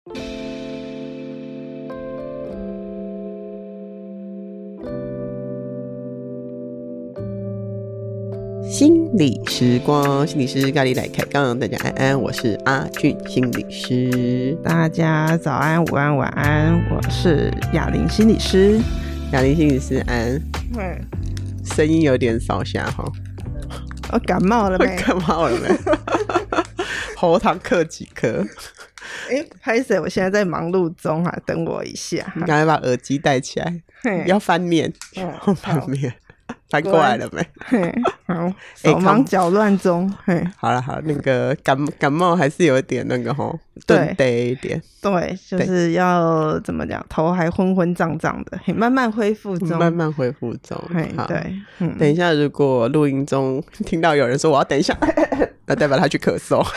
心理时光，心理师咖喱来开杠，大家安安，我是阿俊心理师。 大家早安、午安、晚安，我是雅玲心理师。 雅玲心理师安，声音有点少下哈。 我感冒了没？ 感冒了没？喉糖嗑几颗？ 拍谁？我现在在忙碌中啊，等我一下。 你赶快把耳机戴起来，要翻面，翻面。翻过来了没？ 好，手忙脚乱中。 好了，那个感冒还是有一点那个顿呆一点。 对，就是要怎么讲，头还昏昏胀胀的，慢慢恢复中。 慢慢恢复中。好， 对， 等一下，如果录音中听到有人说我要等一下，那代表他去咳嗽。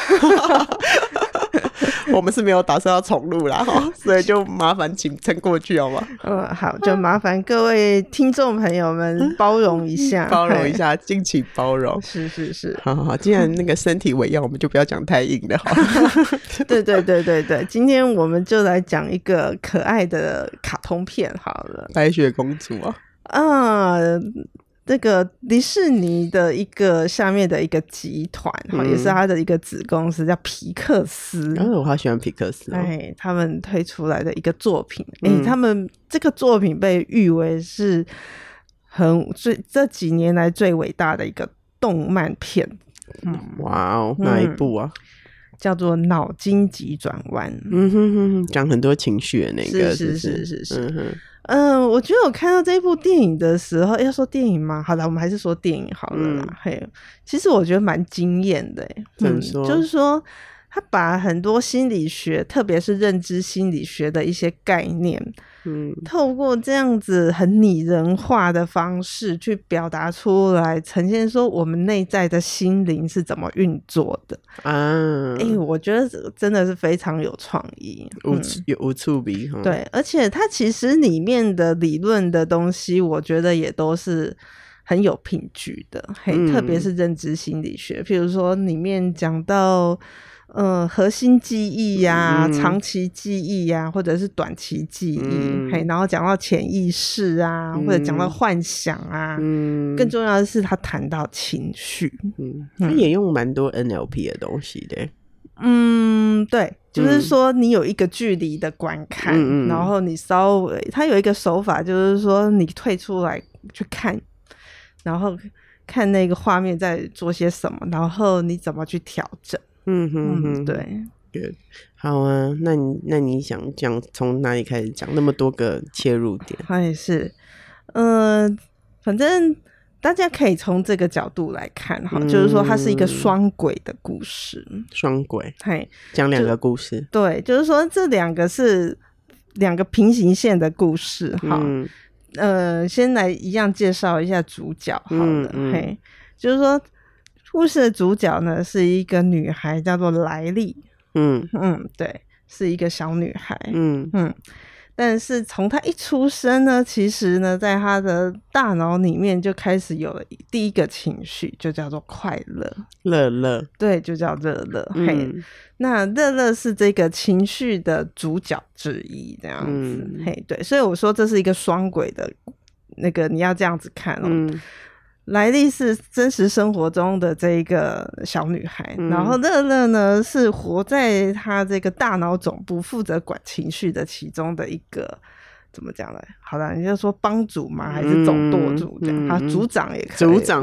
我们是没有打算要重录啦，所以就麻烦请撑过去好吗？ 好，就麻烦各位听众朋友们包容一下， 包容一下，敬请包容。 是， 好，既然那个身体为要，我们就不要讲太硬的好了。 对，今天我们就来讲一个可爱的卡通片好了， 白雪公主啊。 这个迪士尼的一个下面的一个集团，也是他的一个子公司，叫皮克斯。 我好喜欢皮克斯他们推出来的一个作品，他们这个作品被誉为是这几年来最伟大的一个动漫片。 哇哦，哪一部啊？ 叫做《脑筋急转弯》。 讲很多情绪的那个， 是。我觉得我看到这部电影的时候，要说电影吗？好了，我们还是说电影好了啦。其实我觉得蛮惊艳的。就是说他把很多心理学，特别是认知心理学的一些概念，透过这样子很拟人化的方式去表达出来，呈现说我们内在的心灵是怎么运作的啊。我觉得真的是非常有创意， 有触笔。 对，而且它其实里面的理论的东西，我觉得也都是很有凭据的。特别是认知心理学，譬如说里面讲到核心记忆呀、长期记忆呀，或者是短期记忆，然后讲到潜意识啊，或者讲到幻想啊，更重要的是他谈到情绪， 他也用蛮多 NLP 的东西的。 对，就是说你有一个距离的观看，然后你稍微，他有一个手法，就是说你退出来去看，然后看那个画面在做些什么，然后你怎么去调整。对， 好啊，那你想讲从哪里开始讲？那么多个切入点， 是，反正大家可以从这个角度来看哈，就是说它是一个双轨的故事。 双轨，讲两个故事。 对，就是说这两个是两个平行线的故事哈。先来一样介绍一下主角好了。就是说故事的主角呢是一个女孩，叫做莱莉。对，是一个小女孩。但是从她一出生呢，其实呢在她的大脑里面就开始有了第一个情绪，就叫做快乐。乐，对，就叫乐乐。那乐乐是这个情绪的主角之一，这样子。对，所以我说这是一个双轨的那个，你要这样子看莱莉是真实生活中的这一个小女孩，然后乐乐呢是活在她这个大脑总部负责管情绪的其中的一个，怎么讲呢？好了，你就说帮主吗？还是总舵主这样？组长也可以。 组长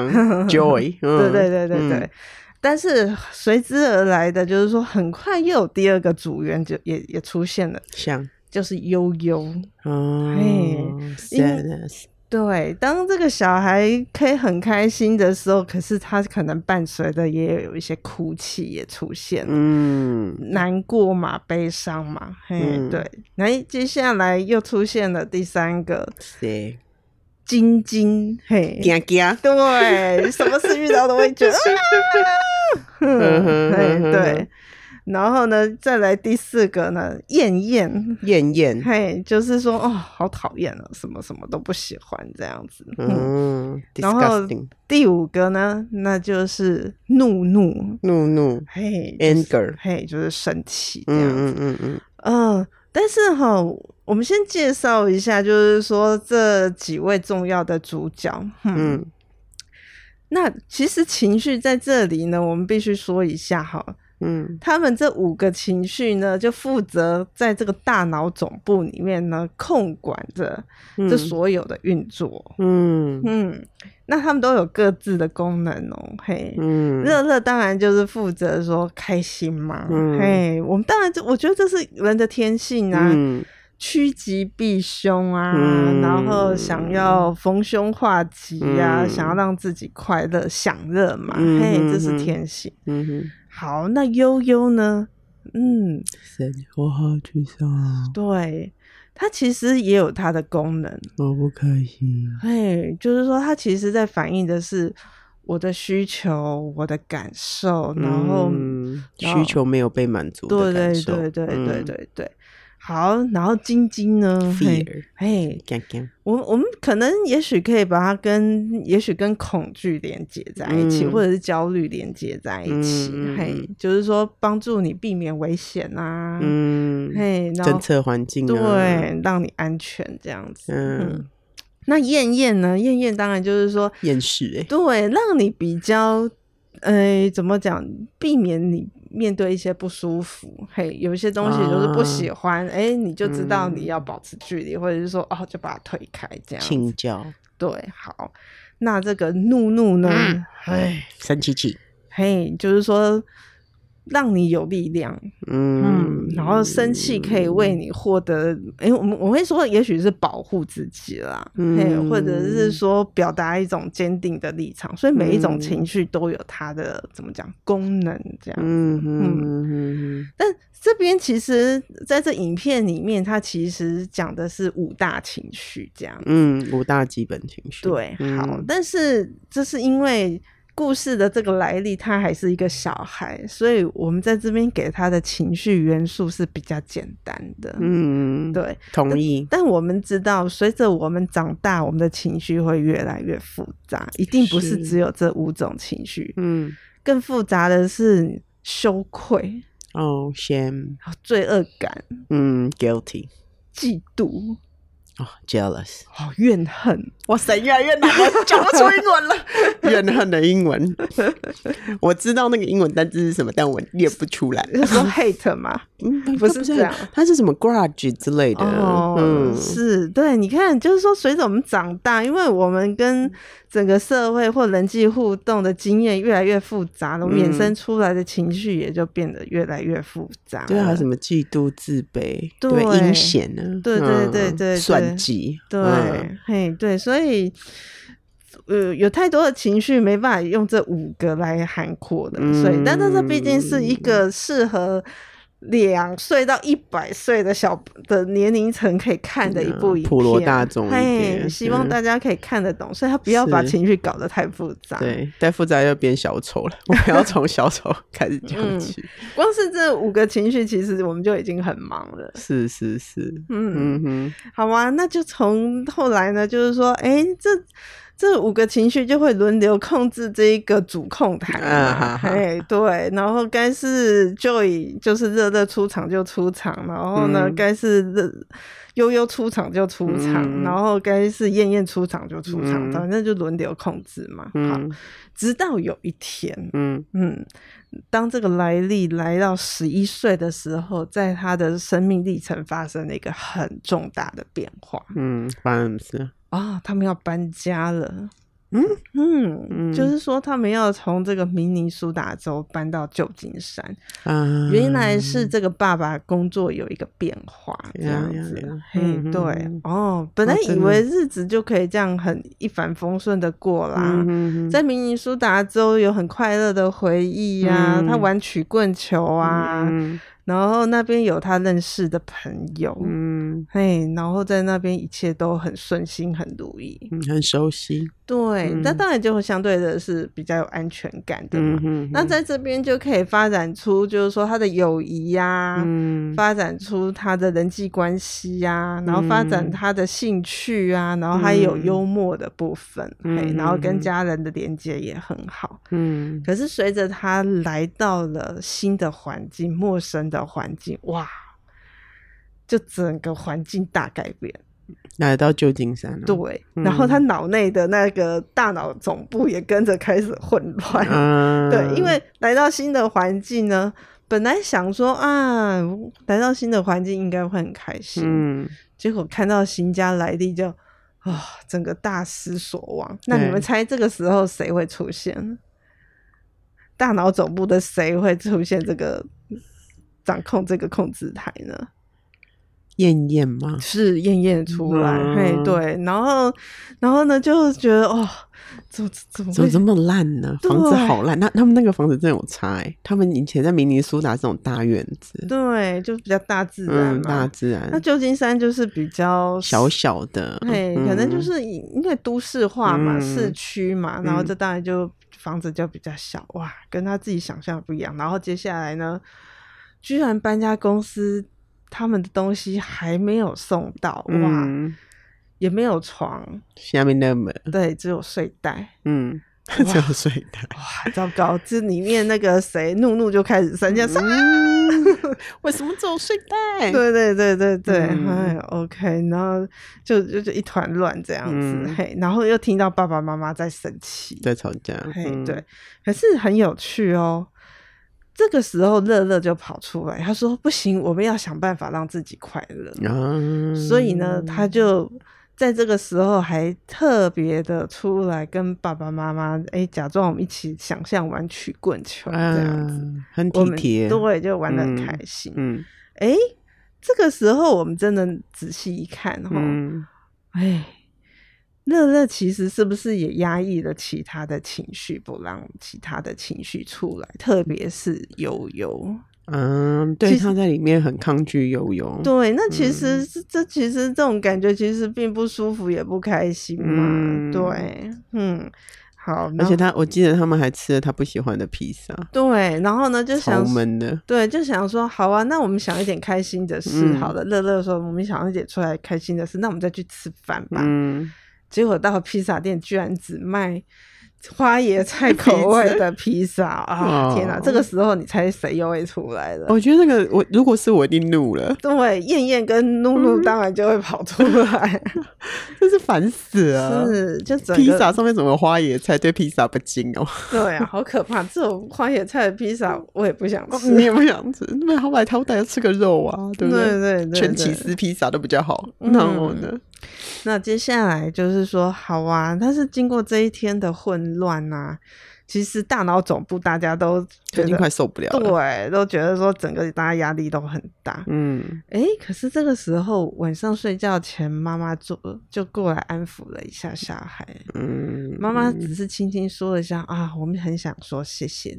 Joy。 对。但是随之而来的就是说，很快又有第二个组员就也出现了，就是悠悠。 Sadness。 对，当这个小孩可以很开心的时候，可是他可能伴随的也有一些哭泣也出现了，难过嘛，悲伤嘛，对。那接下来又出现了第三个，晶晶，对，什么事遇到都会觉得对。然后呢，再来第四个呢，燕燕，就是说好讨厌了，什么什么都不喜欢这样子。然后第五个呢，那就是怒， ，anger， 就是生气这样子。 但是我们先介绍一下，就是说这几位重要的主角。那其实情绪在这里呢，我们必须说一下他们这5个情绪呢，就负责在这个大脑总部里面呢，控管着这所有的运作。那他们都有各自的功能嘿，乐乐当然就是负责说开心嘛，嘿，我们当然我觉得这是人的天性啊，趋吉避凶啊，然后想要逢凶化吉啊，想要让自己快乐享乐嘛，嘿，这是天性。好，那悠悠呢？ 生活好沮丧。 对，它其实也有它的功能。 我不开心。 嘿，就是说它其实在反映的是我的需求，我的感受，然后需求没有被满足的感受。 对。好，然后晶晶呢 ？Fear， 嘿，我们可能也许可以把它跟恐惧连接在一起，或者是焦虑连接在一起。嘿，就是说帮助你避免危险啊，嘿， 侦测环境啊， 对，让你安全这样子。那燕燕呢？燕燕当然就是说厌世对，让你比较怎么讲，避免你面对一些不舒服，嘿，有一些东西就是不喜欢，你就知道你要保持距离，或者是说就把它推开这样子。请教。对，好，那这个怒怒呢？ 生气， 嘿，就是说让你有力量，然后生气可以为你获得，我会说也许是保护自己啦，或者是说表达一种坚定的立场，所以每一种情绪都有它的怎么讲功能这样子。但这边其实在这影片里面，它其实讲的是5大情绪这样子 ，5大基本情绪。 对，好，但是这是因为故事的这个来历，他还是一个小孩，所以我们在这边给他的情绪元素是比较简单的。对， 同意。 但我们知道，随着我们长大，我们的情绪会越来越复杂，一定不是只有这5种情绪。更复杂的是羞愧 shame， 罪恶感 guilty， 嫉妒 jealous， 怨恨。 哇塞，越来越难了，讲不出英文了。怨恨的英文，我知道那个英文单字是什么，但我念不出来。 是说 hate 吗？不是这样， 它是什么 grudge 之类的。 是，对，你看，就是说，随着我们长大，因为我们跟整个社会或人际互动的经验越来越复杂了，我们衍生出来的情绪也就变得越来越复杂。 对，还有什么嫉妒、自卑，对，阴险呢？ 对， 算计， 对，所以有太多的情绪没办法用这5个来涵括的，所以，但这毕竟是一个适合2岁到100岁的年龄层可以看的一部影片， 普罗大众一点， 希望大家可以看得懂，所以他不要把情绪搞得太复杂。 对，太复杂要变小丑了，我们要从小丑开始讲起。 光是这5个情绪，其实我们就已经很忙了。 是， 好啊，那就从后来呢，就是说，这5个情绪就会轮流控制这一个主控台嘛，对，然后该是 Joy 就是乐乐出场就出场，然后呢，该是悠悠出场就出场，然后该是燕燕出场就出场，反正就轮流控制嘛。好，直到有一天，当这个莱利来到11岁的时候，在他的生命历程发生了一个很重大的变化。 发生什么事？ 他们要搬家了。就是说他们要从这个明尼苏达州搬到旧金山。原来是这个爸爸工作有一个变化这样子。对，本来以为日子就可以这样很一帆风顺的过啦。在明尼苏达州有很快乐的回忆啊，他玩曲棍球啊，然后那边有他认识的朋友，然后在那边一切都很顺心很如意， 很熟悉。 对，那当然就会相对的是比较有安全感的嘛。那在这边就可以发展出就是说他的友谊啊，发展出他的人际关系啊，然后发展他的兴趣啊，然后还有幽默的部分，然后跟家人的连接也很好。可是随着他来到了新的环境，陌生的环境，哇， 就整个环境大改变。 来到旧金山了， 对，然后他脑内的那个大脑总部也跟着开始混乱。对，因为来到新的环境呢，本来想说啊，来到新的环境应该会很开心，结果看到新家来历就整个大失所望。那你们猜这个时候谁会出现？大脑总部的谁会出现这个掌控这个控制台呢？ 燕燕吗？ 是燕燕出来，嘿，对，然后呢，就觉得怎么这么烂呢？房子好烂，那他们那个房子真的有差他们以前在明尼苏达这种大院子， 对，就比较大自然嘛， 大自然。 那旧金山就是比较小小的， 嘿，可能就是因为都市化嘛，市区嘛，然后这当然就房子就比较小，哇，跟他自己想象不一样。然后接下来呢，居然搬家公司他们的东西还没有送到，哇，也没有床， 下面那么对，只有睡袋， 只有睡袋， 哇，糟糕！这里面那个谁怒就开始生气， 为什么只有睡袋？ 对，哎 ，OK， 然后就一团乱这样子，嘿，然后又听到爸爸妈妈在生气， 在吵架， 嘿，对，可是很有趣哦。这个时候乐乐就跑出来，他说不行，我们要想办法让自己快乐，所以呢他就在这个时候还特别的出来跟爸爸妈妈假装我们一起想象玩曲棍球这样子， 很体贴， 对，就玩得很开心。这个时候我们真的仔细一看乐乐其实是不是也压抑了其他的情绪，不让其他的情绪出来，特别是悠悠。 对，他在里面很抗拒悠悠。 对，那其实其实这种感觉其实并不舒服，也不开心嘛。对，好， 而且我记得他们还吃了他不喜欢的披萨。 对，然后呢就想闷的， 对，就想说好啊，那我们想一点开心的事好了。乐乐说我们想一点出来开心的事，那我们再去吃饭吧。结果到披萨店居然只卖花椰菜口味的披萨天哪！这个时候你猜谁又会出来了？ 我觉得那个如果是我一定怒了。 对，燕燕跟怒当然就会跑出来， 真是烦死了。 是，就整个披萨上面怎么花椰菜，对披萨不敬哦。 对啊，好可怕！这种花椰菜的披萨我也不想吃， 你也不想吃，那好歹他要吃个肉啊，对不对？ 对， 全起司披萨都比较好。然后呢？ 那接下来就是说好啊，但是经过这一天的混乱啊，其实大脑总部大家都已经快受不了了， 对，都觉得说整个大家压力都很大。可是这个时候晚上睡觉前，妈妈就过来安抚了一下小孩。妈妈只是轻轻说了一下我们很想说谢谢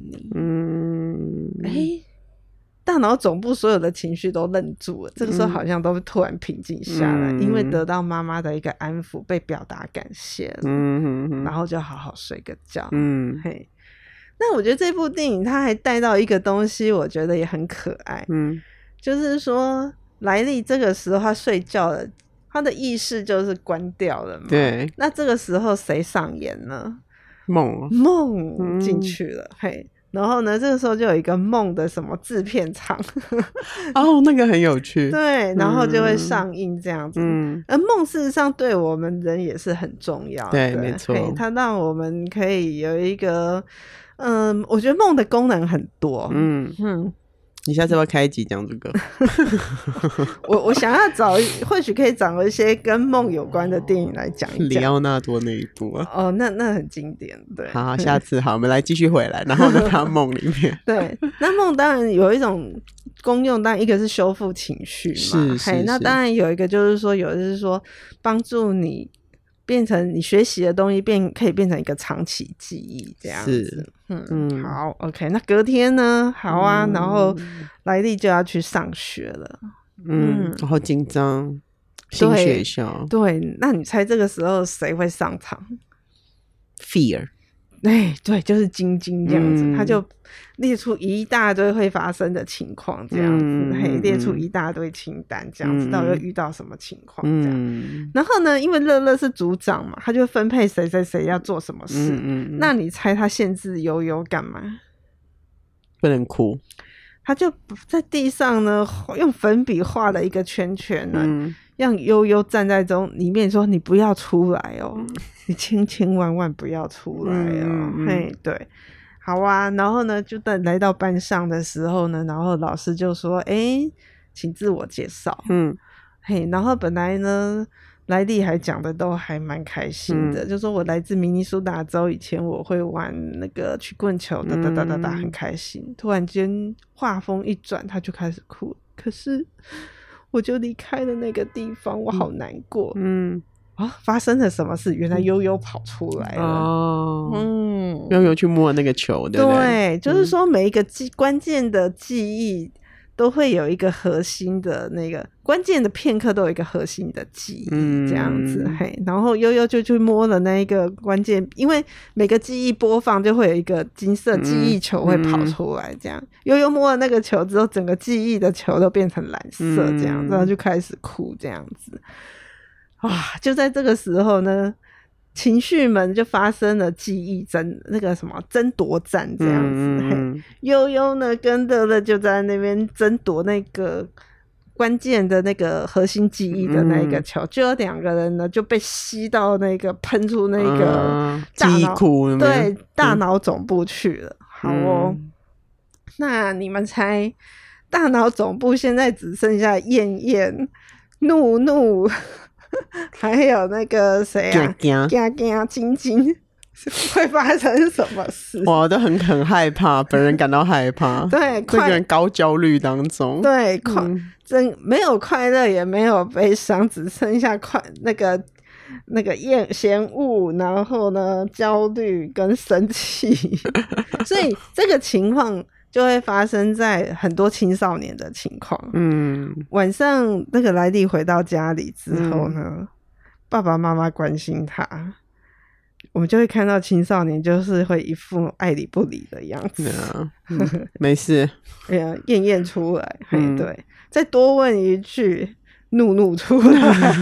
你。大脑总部所有的情绪都愣住了，这个时候好像都突然平静下来，因为得到妈妈的一个安抚，被表达感谢了，然后就好好睡个觉。那我觉得这部电影它还带到一个东西，我觉得也很可爱，就是说莱利这个时候他睡觉了，他的意识就是关掉了嘛。 对， 那这个时候谁上演呢？梦进去了，然后呢，这个时候就有一个梦的什么制片厂那个很有趣。 对，然后就会上映这样子。而梦事实上对我们人也是很重要的， 对，没错， 它让我们可以有一个我觉得梦的功能很多。 你下次要不要开一集讲这个？ 我想要或许可以找一些跟梦有关的电影来讲一讲。 里奥纳多那一部啊？ 那很经典。对， 好，下次好，我们来继续回来。然后呢，他梦里面， 对，那梦当然有一种功用，当然一个是修复情绪嘛， 是那当然有一个就是说，有的是说帮助你变成你学习的东西可以变成一个长期记忆这样子。好 OK， 那隔天呢？好啊，然后莱利就要去上学了。 好紧张，新学校。 对，那你猜这个时候谁会上场 ？Fear。 对，就是晶晶这样子，他就列出一大堆会发生的情况这样子，列出一大堆清单这样子，到底会遇到什么情况这样。然后呢，因为乐乐是组长嘛，他就分配谁要做什么事。那你猜他限制悠悠干嘛？ 不能哭。 他就在地上呢用粉笔画了一个圈圈呢，让悠悠站在里面说：“你不要出来哦，你千千万万不要出来哦。”嘿，对，好啊。然后呢，就等来到班上的时候呢，然后老师就说：“请自我介绍。”嘿，然后本来呢，莱利还讲的都还蛮开心的，就说我来自明尼苏达州，以前我会玩那个曲棍球的，很开心。突然间话锋一转，他就开始哭。可是我就离开了那个地方，我好难过。发生了什么事？原来悠悠跑出来了。 悠悠去摸那个球，对不对？ 对，就是说每一个关键的记忆。都会有一个核心的那个关键的片刻，都有一个核心的记忆，这样子。嘿，然后悠悠就去摸了那一个关键，因为每个记忆播放就会有一个金色记忆球会跑出来，这样。悠悠摸了那个球之后，整个记忆的球都变成蓝色，这样，然后就开始哭，这样子。就在这个时候呢，情绪们就发生了记忆争夺战这样子。悠悠呢跟乐乐就在那边争夺那个关键的那个核心记忆的那个球，就有2个人呢就被吸到那个喷出那个记忆库， 对，大脑总部去了。好哦，那你们猜大脑总部现在只剩下燕燕、怒怒还有那个谁啊，晶晶，会发生什么事？ 我都很害怕，本人感到害怕。 对， 这个人高焦虑当中， 对，没有快乐，也没有悲伤，只剩下那个嫌恶，然后呢，焦虑跟生气。所以这个情况就会发生在很多青少年的情况。晚上那个莱利回到家里之后呢，爸爸妈妈关心他，我们就会看到青少年就是会一副爱理不理的样子。 没事。 燕燕出来，对，再多问一句，怒怒出来。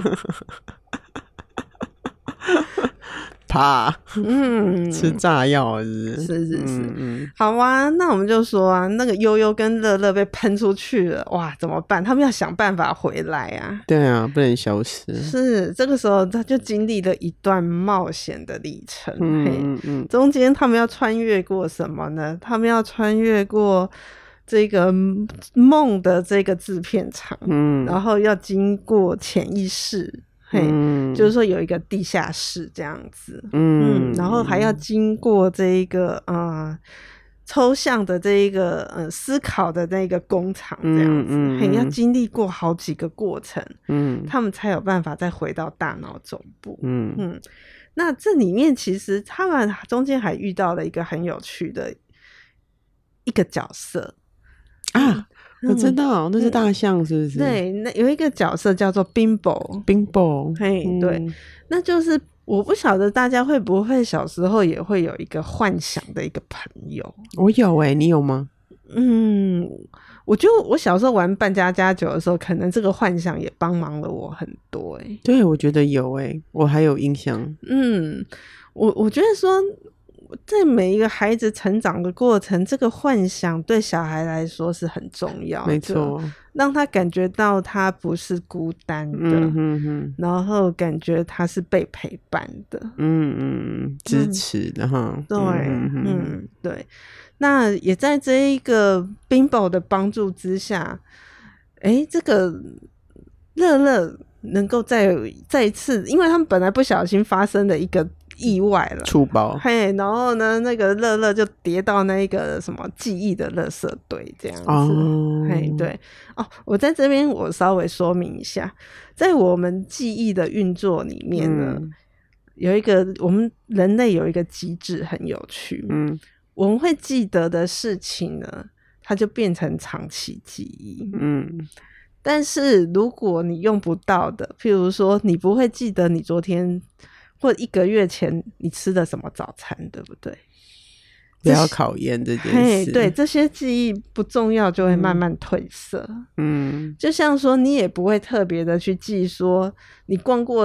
怕吃炸药是好啊，那我们就说啊，那个悠悠跟乐乐被喷出去了，哇，怎么办？他们要想办法回来啊。 对啊，不能消失。 是，这个时候他就经历了一段冒险的历程。中间他们要穿越过什么呢？他们要穿越过这个梦的这个制片厂，然后要经过潜意识。就是说有一个地下室这样子，然后还要经过这一个抽象的这一个思考的那个工厂这样子，要经历过好几个过程，他们才有办法再回到大脑总部。那这里面其实他们中间还遇到了一个很有趣的一个角色啊。我知道，那是大象是不是？ 对，那有一个角色叫做 Bimbo。对，那就是我不晓得大家会不会小时候也会有一个幻想的一个朋友。 我有你有吗？ 我觉得我小时候玩扮家家酒的时候，可能这个幻想也帮忙了我很多。 对，我觉得有我还有印象。 我觉得说，在每一个孩子成长的过程，这个幻想对小孩来说是很重要的， 没错， 让他感觉到他不是孤单的，然后感觉他是被陪伴的， 支持的哈， 对，对。那也在这一个 Bimbo 的帮助之下，这个乐乐能够再一次，因为他们本来不小心发生了一个意外了， 粗暴， 然后呢，那个乐乐就跌到那个什么记忆的垃圾堆这样子。对我在这边我稍微说明一下，在我们记忆的运作里面呢，有一个我们人类有一个机制很有趣，我们会记得的事情呢，它就变成长期记忆。但是如果你用不到的，譬如说你不会记得你昨天或1个月前你吃的什么早餐，对不对？ 不要考验这件事。 对，这些记忆不重要，就会慢慢褪色。就像说你也不会特别的去记说你逛过了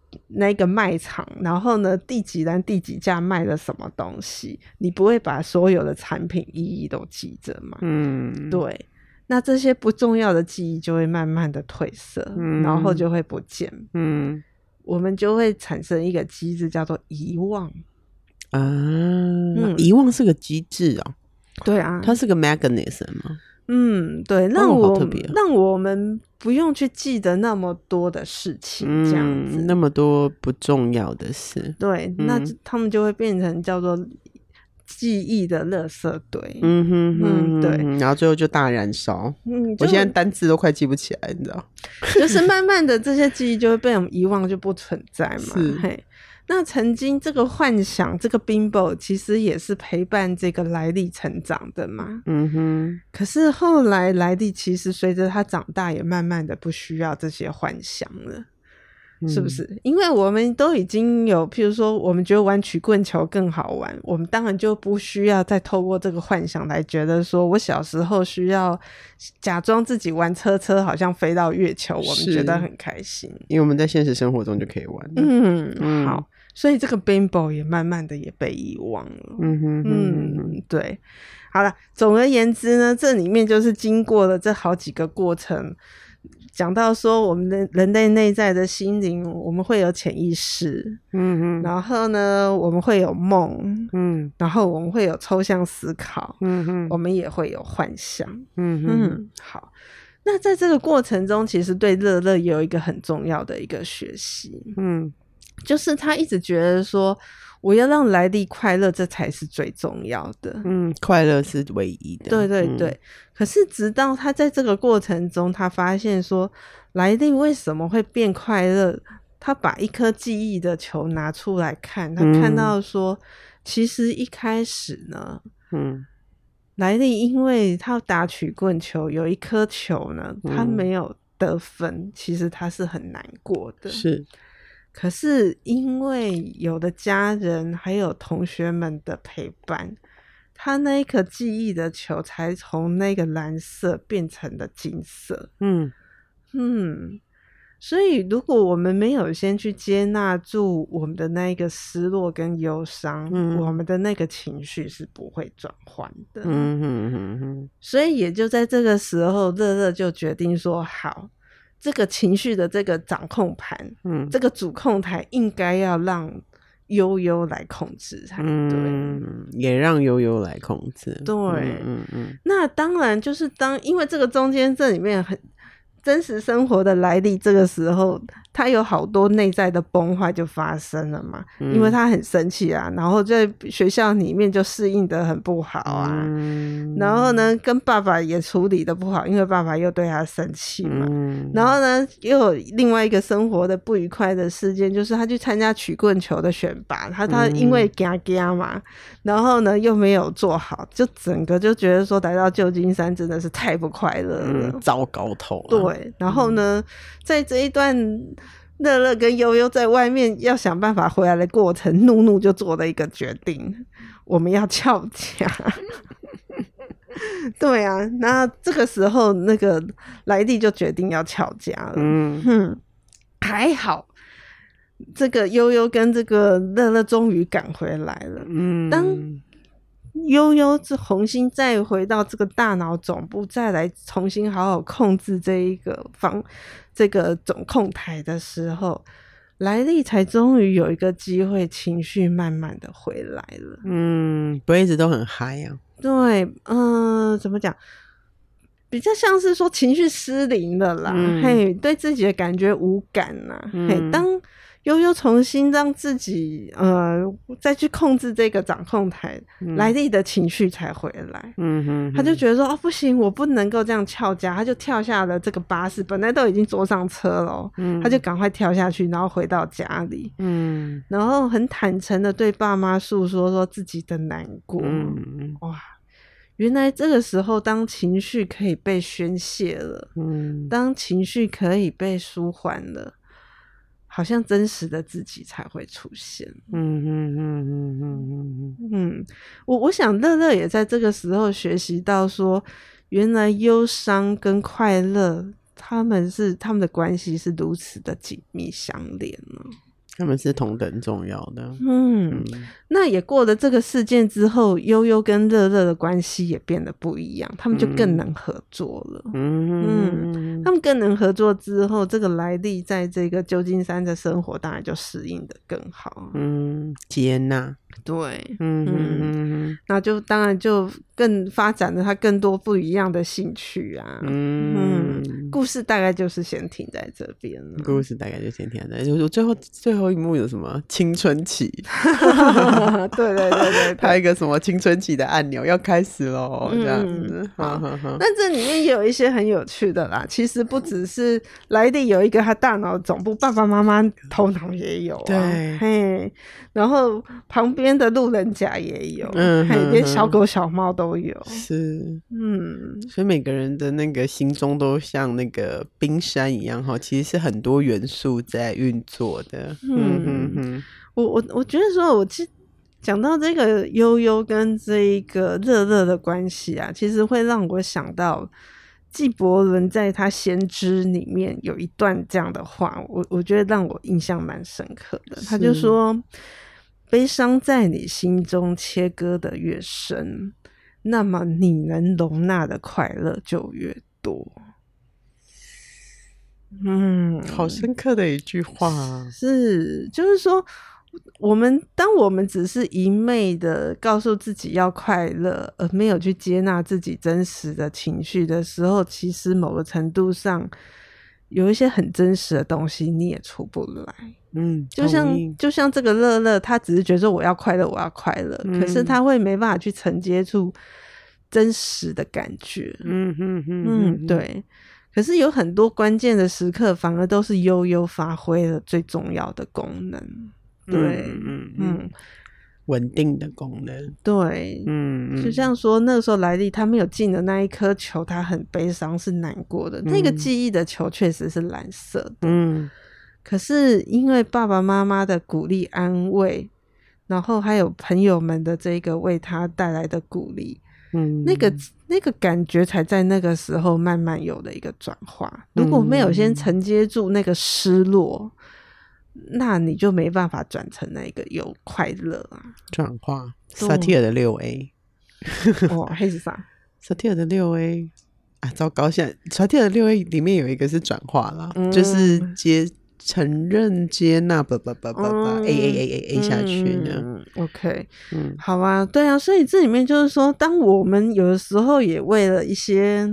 那个卖场，然后呢第几栏第几价卖了什么东西，你不会把所有的产品一一都记着嘛。对，那这些不重要的记忆就会慢慢的褪色，然后就会不见。我们就会产生一个机制叫做遗忘。 遗忘是个机制哦。 对啊， 它是个 mechanism 吗？ 对，让我们不用去记得那么多的事情，这样子， 那么多不重要的事。 对，那他们就会变成叫做记忆的垃圾堆。对， 然后最后就大燃烧。我现在单字都快记不起来，你知道， 就是慢慢的这些记忆就会被我们遗忘，就不存在嘛。嘿，那曾经这个幻想，这个 Bimbo 其实也是陪伴这个莱利成长的嘛。可是后来莱利其实随着他长大，也慢慢的不需要这些幻想了。是不是？因为我们都已经有，譬如说我们觉得玩曲棍球更好玩，我们当然就不需要再透过这个幻想来觉得说我小时候需要假装自己玩车车好像飞到月球，我们觉得很开心， 因为我们在现实生活中就可以玩。 好，所以这个 Bimbo 也慢慢的也被遗忘了。对，好了，总而言之呢，这里面就是经过了这好几个过程，讲到说我们的人类内在的心灵，我们会有潜意识，然后呢我们会有梦，然后我们会有抽象思考，我们也会有幻想。好，那在这个过程中，其实对乐乐有一个很重要的一个学习，就是他一直觉得说我要让莱利快乐，这才是最重要的。 快乐是唯一的。 对对对。可是直到他在这个过程中，他发现说莱利为什么会变快乐，他把一颗记忆的球拿出来看，他看到说其实一开始呢，莱利因为他打曲棍球有一颗球呢，他没有得分，其实他是很难过的。 是。 可是因为有的家人还有同学们的陪伴，他那一颗记忆的球才从那个蓝色变成了金色。所以如果我们没有先去接纳住我们的那一个失落跟忧伤，我们的那个情绪是不会转换的。所以也就在这个时候，乐乐就决定说好，这个情绪的这个掌控盘，这个主控台应该要让悠悠来控制才对。 也让悠悠来控制。 对。那当然就是因为这个中间这里面很真实生活的莱利，这个时候他有好多内在的崩坏就发生了嘛。因为他很生气啊，然后在学校里面就适应得很不好啊，然后呢跟爸爸也处理得不好，因为爸爸又对他生气嘛。然后呢又有另外一个生活的不愉快的事件，就是他去参加曲棍球的选拔，他因为怕嘛，然后呢又没有做好，就整个就觉得说来到旧金山真的是太不快乐了， 糟糕透了。 对，然后呢在这一段乐乐跟悠悠在外面要想办法回来的过程，怒怒就做了一个决定，我们要翘家。对啊，那这个时候那个莱利就决定要翘家了。还好这个悠悠跟这个乐乐终于赶回来了。当悠悠重新再回到这个大脑总部，再来重新好好控制这个总控台的时候，莱利才终于有一个机会情绪慢慢的回来了。 不会一直都很嗨啊。 对，怎么讲，比较像是说情绪失灵了啦。对自己的感觉无感啦。当悠悠重新让自己再去控制这个掌控台，莱利的情绪才回来。他就觉得说不行，我不能够这样翘家，他就跳下了这个巴士，本来都已经坐上车了，他就赶快跳下去，然后回到家里，然后很坦诚的对爸妈诉说自己的难过。哇，原来这个时候当情绪可以被宣泄了，当情绪可以被舒缓了，好像真实的自己才会出现。我想乐乐也在这个时候学习到说，原来忧伤跟快乐他们的关系是如此的紧密相连了。 他们是同等重要的。 那也过了这个事件之后，悠悠跟乐乐的关系也变得不一样，他们就更能合作了。他们更能合作之后，这个莱利在这个旧金山的生活当然就适应的更好。 接纳， 对，那就当然就更发展了他更多不一样的兴趣啊。故事大概就是先停在这边了。 故事大概就先停在这，最后一幕有什么青春期？ 对， 还有一个什么青春期的按钮要开始咯，这样子。 那这里面也有一些很有趣的啦。其实不只是莱利有一个他大脑总部，爸爸妈妈头脑也有啊。 对， 嘿，然后旁边的路人甲也有，连小狗小猫都有。 是，所以每个人的那个心中都像那个冰山一样，其实是很多元素在运作的。 我觉得说，我讲到这个悠悠跟这一个乐乐的关系啊，其实会让我想到纪伯伦在他《先知》里面有一段这样的话，我觉得让我印象蛮深刻的。他就说，悲伤在你心中切割的越深，那么你能容纳的快乐就越多。 好深刻的一句话啊。 是，就是说当我们只是一昧的告诉自己要快乐，而没有去接纳自己真实的情绪的时候，其实某个程度上有一些很真实的东西你也出不来。就像这个乐乐，他只是觉得说我要快乐我要快乐，可是他会没办法去承接出真实的感觉。对。可是有很多关键的时刻反而都是悠悠发挥了最重要的功能。对， 稳定的功能。 对，就像说那个时候莱利他没有进的那一颗球，他很悲伤是难过的。那个记忆的球确实是蓝色的。可是因为爸爸妈妈的鼓励安慰，然后还有朋友们的这个为他带来的鼓励，那个感觉才在那个时候慢慢有了一个转化。如果没有先承接住那个失落，那你就没办法转成那个有快乐啊。 转化萨提尔的 6A 黑是啥？ 萨提尔的 6A 啊，糟糕！现在萨提尔的 6A 里面有一个是转化啦，就是承认接纳A 下去呢。 OK，好啊，对啊，所以这里面就是说，当我们有的时候也为了一些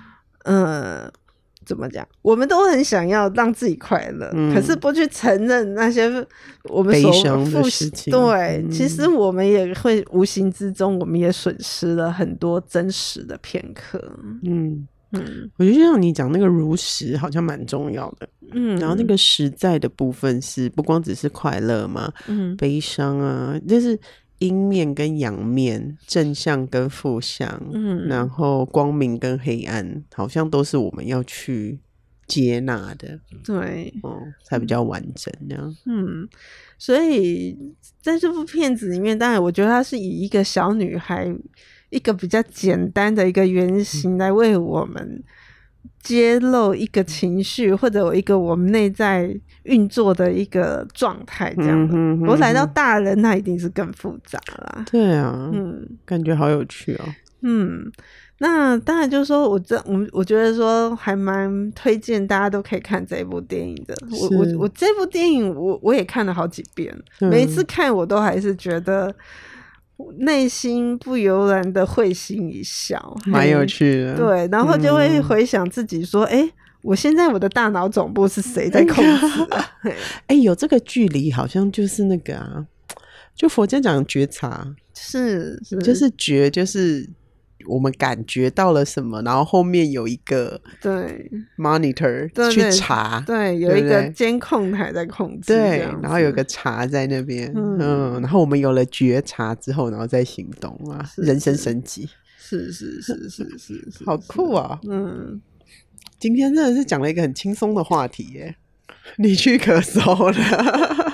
怎么讲，我们都很想要让自己快乐，可是不去承认那些我们悲伤的事情。 对，其实我们也会无形之中，我们也损失了很多真实的片刻。 我觉得像你讲那个如实好像蛮重要的。然后那个实在的部分是不光只是快乐嘛，悲伤啊，就是阴面跟阳面，正向跟负向，然后光明跟黑暗，好像都是我们要去接纳的。 对， 才比较完整这样。 所以在这部片子里面，当然我觉得它是以一个小女孩一个比较简单的一个原型来为我们揭露一个情绪，或者一个我们内在运作的一个状态这样的。我来到大人那一定是更复杂啦。 对啊，感觉好有趣哦。 那当然就是说我觉得说还蛮推荐大家都可以看这部电影的。我这部电影我也看了好几遍，每一次看我都还是觉得内心不由然的会心一笑， 蛮有趣的。 对，然后就会回想自己说我现在我的大脑总部是谁在控制？ 有这个距离好像就是那个啊，就佛家讲觉察，就是觉，就是我们感觉到了什么，然后后面有一个对 monitor 去查， 对，有一个监控台在控制， 对，然后有个查在那边，然后我们有了觉察之后，然后再行动啊，人生升级， 是， 好酷啊！今天真的是讲了一个很轻松的话题耶，你去咳嗽了。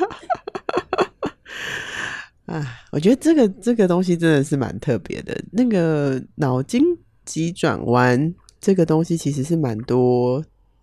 我觉得这个东西真的是蛮特别的。那个脑筋急转弯这个东西其实是蛮多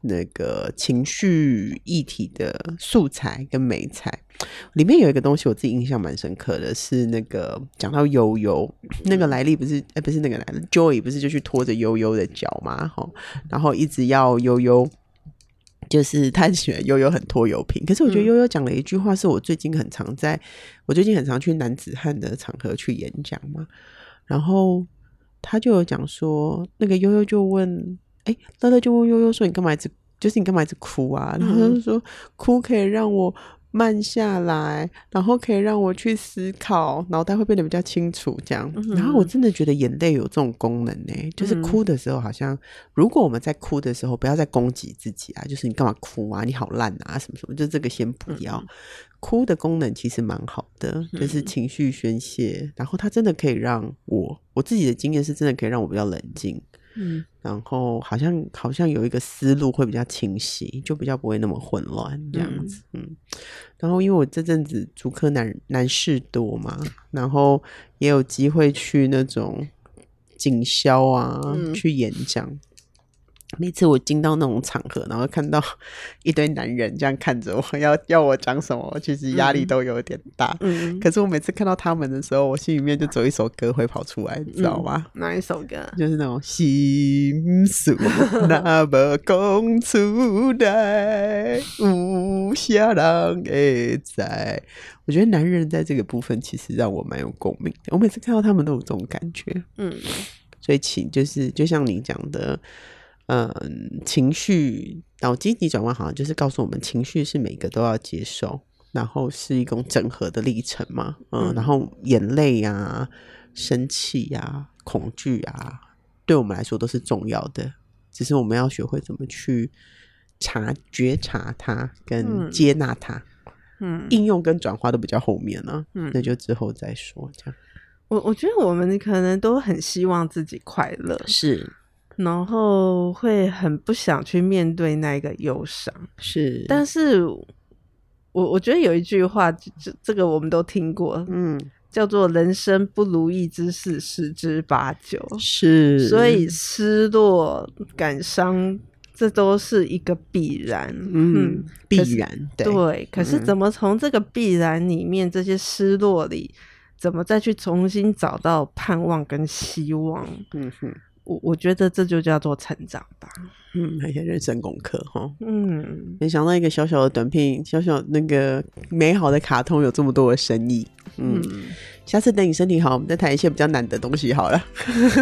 那个情绪议题的素材跟媒材。里面有一个东西我自己印象蛮深刻的，是那个讲到悠悠，那个莱利不是不是那个莱利 Joey 不是就去拖着悠悠的脚嘛，然后一直要悠悠，就是他喜欢悠悠很拖油瓶。可是我觉得悠悠讲了一句话，是我最近很常去男子汉的场合去演讲嘛，然后他就有讲说，那个悠悠就问乐乐就问悠悠说，你干嘛一直哭啊？然后他就说，哭可以让我慢下来，然后可以让我去思考，脑袋会变得比较清楚这样。然后我真的觉得眼泪有这种功能呢，就是哭的时候好像如果我们在哭的时候不要再攻击自己啊，就是你干嘛哭啊，你好烂啊什么什么，就这个先不要。哭的功能其实蛮好的，就是情绪宣泄，然后它真的可以让我自己的经验是真的可以让我比较冷静，然后好像有一个思路会比较清晰，就比较不会那么混乱这样子。然后因为我这阵子主科男士多嘛，然后也有机会去那种警消啊，去演讲。每次我进到那种场合，然后看到一堆男人这样看着我，要我讲什么，其实压力都有点大。可是我每次看到他们的时候，我心里面就走一首歌会跑出来，你知道吗？ 哪一首歌？ 就是那种心事那么讲出来，有啥人会知？我觉得男人在这个部分其实让我蛮有共鸣的。我每次看到他们都有这种感觉。所以就像你讲的。情绪脑积极转弯好像就是告诉我们，情绪是每个都要接受，然后是一种整合的历程嘛。然后眼泪啊、生气啊、恐惧啊，对我们来说都是重要的，只是我们要学会怎么去觉察它跟接纳它。应用跟转化都比较后面呢，那就之后再说。这样， 我觉得我们可能都很希望自己快乐， 是。 然后会很不想去面对那个忧伤， 是。 但是我觉得有一句话，这个我们都听过，叫做人生不如意之事十之八九。 是。 所以失落、感伤，这都是一个必然。 必然。 对。可是怎么从这个必然里面，这些失落里，怎么再去重新找到盼望跟希望？我觉得这就叫做成长吧。 那些人生功课齁。没想到一个小小的短片，小小那个美好的卡通有这么多的深意。下次等你身体好，我们再谈一些比较难的东西好了。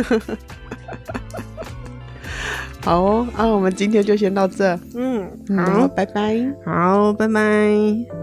好哦，我们今天就先到这。好，拜拜。 好，拜拜。